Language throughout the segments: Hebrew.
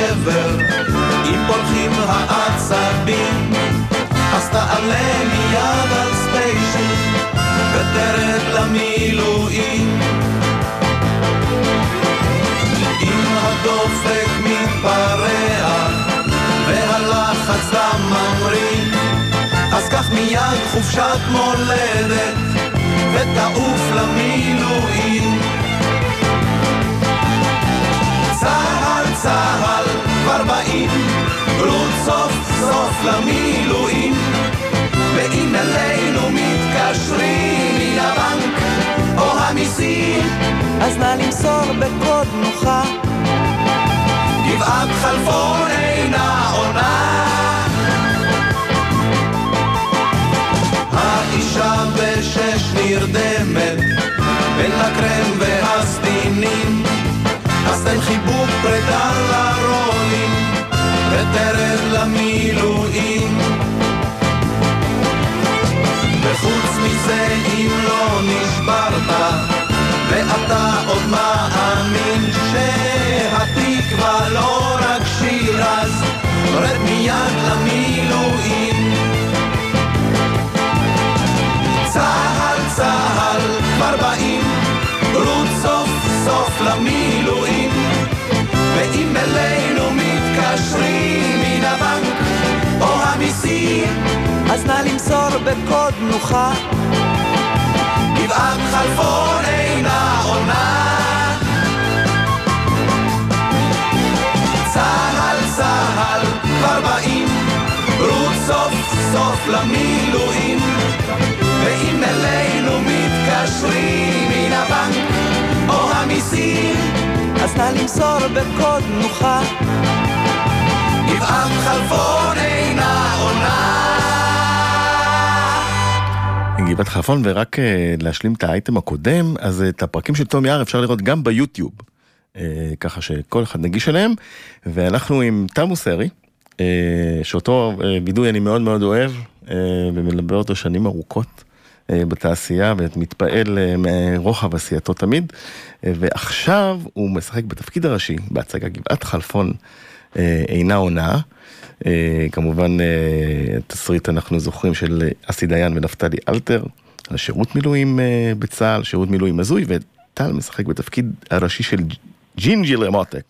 שבר, אם פולחים העצבים, אז תעלה מיד על ספיישל ותרד למילואים. אם הדופק מתפרע והלחץ דם ממריא, אז קח מיד חופשת מולדת ותעוף למילואים. צהל צהל כבר באים, רות סוף סוף למילואים, ואם אלינו מתקשרים מן הבנק או המיסים, אז נא למסור בקוד נוחה, גבעת חלפון אינה עונה. האישה בשש נרדמת בין הקרם והסדינים, אז תן חיבוק פרידה לרולים ותרד למילואים. וחוץ מזה אם לא נשברת ואתה עוד מאמין שהתקווה לא רק שיר, אז רד מיד למילואים. צהל צהל כבר באים, רות סוף סוף למילואים, ואם אלינו מתקשרים מן הבנק או המיסים, אז נא למסור בקוד נוחה, גבעת חלפון אינה עונה. צהל צהל כבר באים, רות סוף סוף למילואים, ואם אלינו מתקשרים מן הבנק או המיסים, אז נא למסור בקוד נוחה, גבעת חלפון אינה עונה. גבעת חלפון, ורק להשלים את האייטם הקודם, אז את הפרקים של תום יער אפשר לראות גם ביוטיוב, ככה שכל אחד נגיש אליהם, ואנחנו עם תמו סרי, שאותו וידוי אני מאוד מאוד אוהב, ומלווה אותו שנים ארוכות בתעשייה, ומתפעל מרוחב עשייתו תמיד, ועכשיו הוא משחק בתפקיד הראשי, בהצגה גבעת חלפון אינה עונה, כמובן תסריט אנחנו זוכרים של אסי דיין ונפתלי אלתר, על שירות מילואים בצה"ל, שירות מילואים הזוי, וטל משחק בתפקיד הראשי של ג'ינג'י למותק.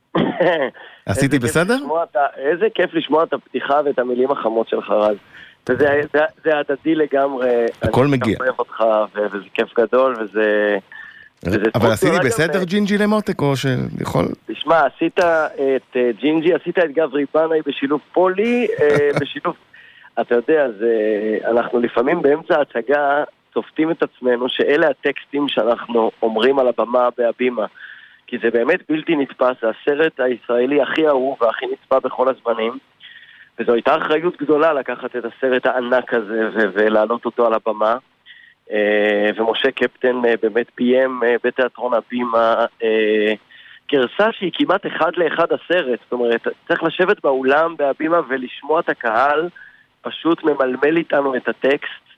עשיתי בסדר? איזה כיף לשמוע את הפתיחה ואת המילים החמות שלך, רז. זה הדדי לגמרי. הכל מגיע. אני אוהב אותך, וזה כיף גדול, וזה... אבל עשיתי בסדר ג'ינג'י למותק, או שיכול... תשמע, עשית את ג'ינג'י, עשית את גברי בנאי בשילוב פולי, בשילוב... אתה יודע, אנחנו לפעמים באמצע ההצגה צופטים את עצמנו שאלה הטקסטים שאנחנו אומרים על הבמה בהבימה, כי זה באמת בלתי נתפס, זה הסרט הישראלי הכי אהוב והכי נצפה בכל הזמנים, וזו הייתה אחריות גדולה לקחת את הסרט הענק הזה ולהעלות אותו על הבמה, ומשה קפטן באמת פיים בתיאטרון הבימה גרסה שהיא כמעט אחד לאחד הסרט, זאת אומרת צריך לשבת באולם בהבימה ולשמוע את הקהל פשוט ממלמל איתנו את הטקסט.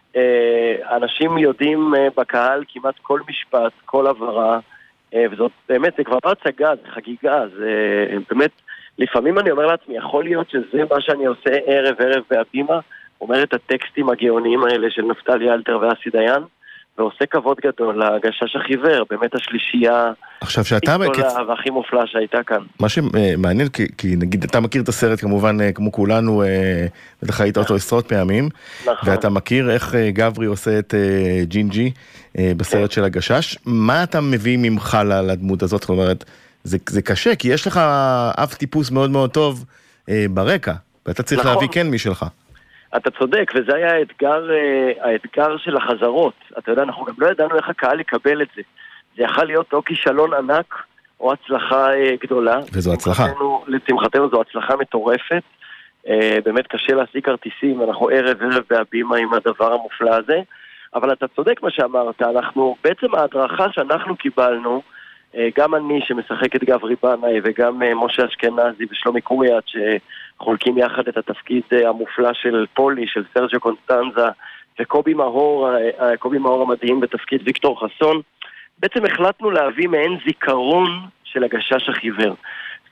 אנשים יודעים בקהל כמעט כל משפט, כל עברה, וזאת באמת, זה כבר הצגה, זה חגיגה, זה באמת, לפעמים אני אומר לעצמי, יכול להיות שזה מה שאני עושה ערב בהבימה, אומר את הטקסטים הגאוניים האלה של נפתלי אלתר ואסי דיין, ועושה כבוד גדול להגשש החיוור, באמת השלישייה הכי גדולה והכי מופלאה שהייתה כאן. מה שמעניין, כי נגיד אתה מכיר את הסרט כמובן כמו כולנו, בטח היית אותו עשרות פעמים, ואתה מכיר איך גברי עושה את ג'ינג'י בסרט של הגשש. מה אתה מביא ממך לדמות הזאת? זאת אומרת, זה קשה, כי יש לך אף טיפוס מאוד מאוד טוב ברקע, ואתה צריך להביא כן משלך. אתה צודק, וזה היה האתגר של החזרות. אתה יודע, אנחנו גם לא ידענו איך הקהל יקבל את זה. זה יכול להיות או כישלון ענק, או הצלחה גדולה. וזו הצלחה. לשמחתנו זו הצלחה מטורפת. באמת קשה להשיג כרטיסים, אנחנו ערב בהבימה עם הדבר המופלא הזה. אבל אתה צודק מה שאמרת, בעצם ההדרכה שאנחנו קיבלנו, גם אני שמשחק את גברי בנאי וגם משה אשכנזי ושלומי קוריאט שחולקים יחד את התפקיד המופלא של פולי, של סרג'ו קונסטנזה וקובי מאור המדהים בתפקיד ויקטור חסון, בעצם החלטנו להביא מעין זיכרון של הגשש החיוור.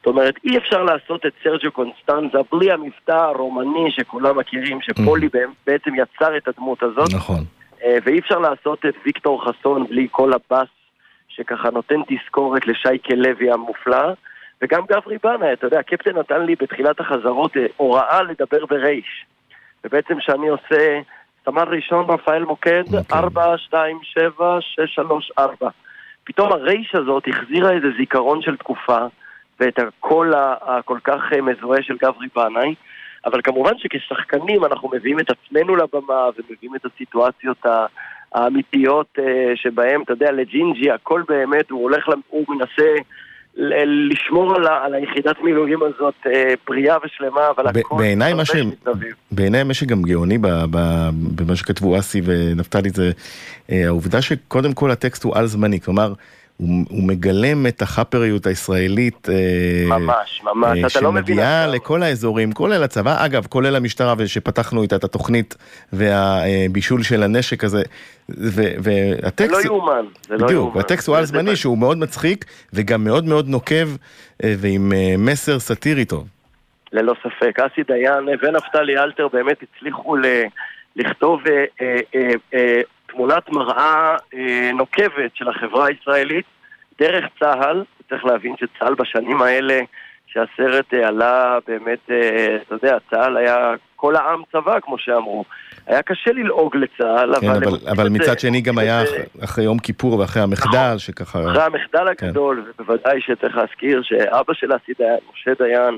זאת אומרת, אי אפשר לעשות את סרג'יו קונסטנזה בלי המבטא הרומני שכולם מכירים, שפולי בעצם יצר את הדמות הזאת. נכון. ואי אפשר לעשות את ויקטור חסון בלי כל הבאס שככה נותן תזכורת לשייקה לוי המופלא. וגם גברי בנאי, אתה יודע, הקפטן נתן לי בתחילת החזרות הוראה לדבר ברייש. ובעצם שאני עושה סמל ראשון רפאל מוקד, 4, 2, 7, 6, 3, 4. פתאום הרייש הזאת החזירה איזה זיכרון של תקופה, ואת הקול הכל כך מזוהה של גברי בנאי, אבל כמובן שכשחקנים אנחנו מביאים את עצמנו לבמה, ומביאים את הסיטואציות האמיתיות שבהם, אתה יודע, לג'ינג'י, הכל באמת, הוא מנסה לשמור על היחידת מילואים הזאת פריאה ושלמה, אבל הכל... בעיניי מה שגם גאוני במה שכתבו אסי ונפתלי זה העובדה שקודם כל הטקסט הוא על זמני, כלומר הוא מגלם את החפריות הישראלית ממש, ממש, שמגיעה לכל האזורים, כולל הצבא, אגב, כולל המשטרה ושפתחנו איתה את התוכנית והבישול של הנשק הזה, והטקסט... זה לא יאומן. בדיוק, והטקסט הוא על זמני שהוא מאוד מצחיק וגם מאוד מאוד נוקב ועם מסר סטירי טוב. ללא ספק, אסי דיין ונפתלי אלתר באמת הצליחו לכתוב תמונת מראה נוקבת של החברה הישראלית דרך צהל. צריך להבין שצהל בשנים האלה שהסרט עלה באמת, אתה יודע, צהל היה כל העם צבא כמו שאמרו, היה קשה ללעוג לצהל, כן, אבל מצד שני גם היה אחרי יום כיפור ואחרי המחדל שככה... אחרי המחדל הגדול, ובוודאי שצריך להזכיר שאבא של אסי דיין, משה דיין,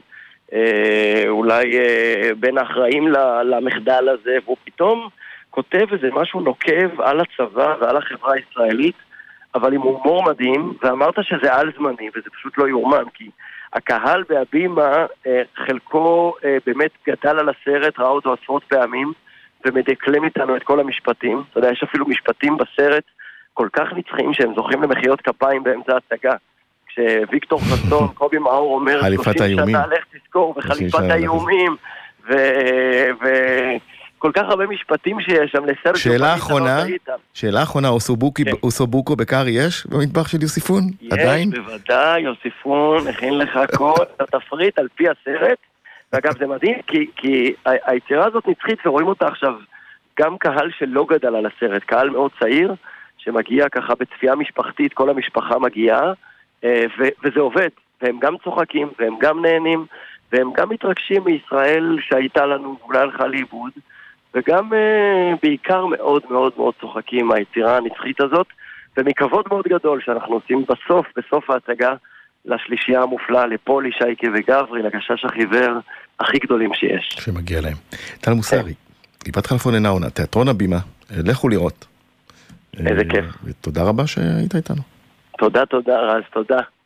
אולי בין האחראים למחדל הזה, והוא פתאום כותב איזה משהו נוקב על הצבא ועל החברה הישראלית, אבל עם הומור מדהים, ואמרת שזה על זמני, וזה פשוט לא יאומן, כי הקהל בהבימה, חלקו באמת גדל על הסרט, ראה אותו עשרות פעמים, ומדקלם איתנו את כל המשפטים. אתה יודע, יש אפילו משפטים בסרט כל כך נצחיים שהם זוכים למחיאות כפיים באמצע ההצגה. כשוויקטור חסון, קובי מאור אומר, חליפת האיומים. שנה, לך תזכור, וחליפת האיומים, כל כך הרבה משפטים שיש שם לסרט. שאלה אחרונה, אוסובוקו בקר יש במטבח של יוסיפון? עדיין? יש, בוודאי, יוסיפון הכין לך כל התפריט על פי הסרט, ואגב זה מדהים, כי היצירה הזאת נצחית ורואים אותה עכשיו גם קהל שלא גדל על הסרט, קהל מאוד צעיר, שמגיע ככה בצפייה משפחתית, כל המשפחה מגיעה, וזה עובד, והם גם צוחקים, והם גם נהנים, והם גם מתרגשים מישראל שהייתה לנו, אולי הלכה לאיבוד, וגם בעיקר מאוד מאוד מאוד צוחקים מהיצירה הנצחית הזאת, ומכבוד מאוד גדול שאנחנו עושים בסוף ההצגה, לשלישייה המופלאה, לפולי, שייקה וגברי, לגשש החיוור הכי גדולים שיש. שמגיע להם. טל מוסרי, גבעת חלפון אינה עונה, תיאטרון הבימה, לכו לראות. איזה כיף. ותודה רבה שהיית איתנו. תודה רז, תודה.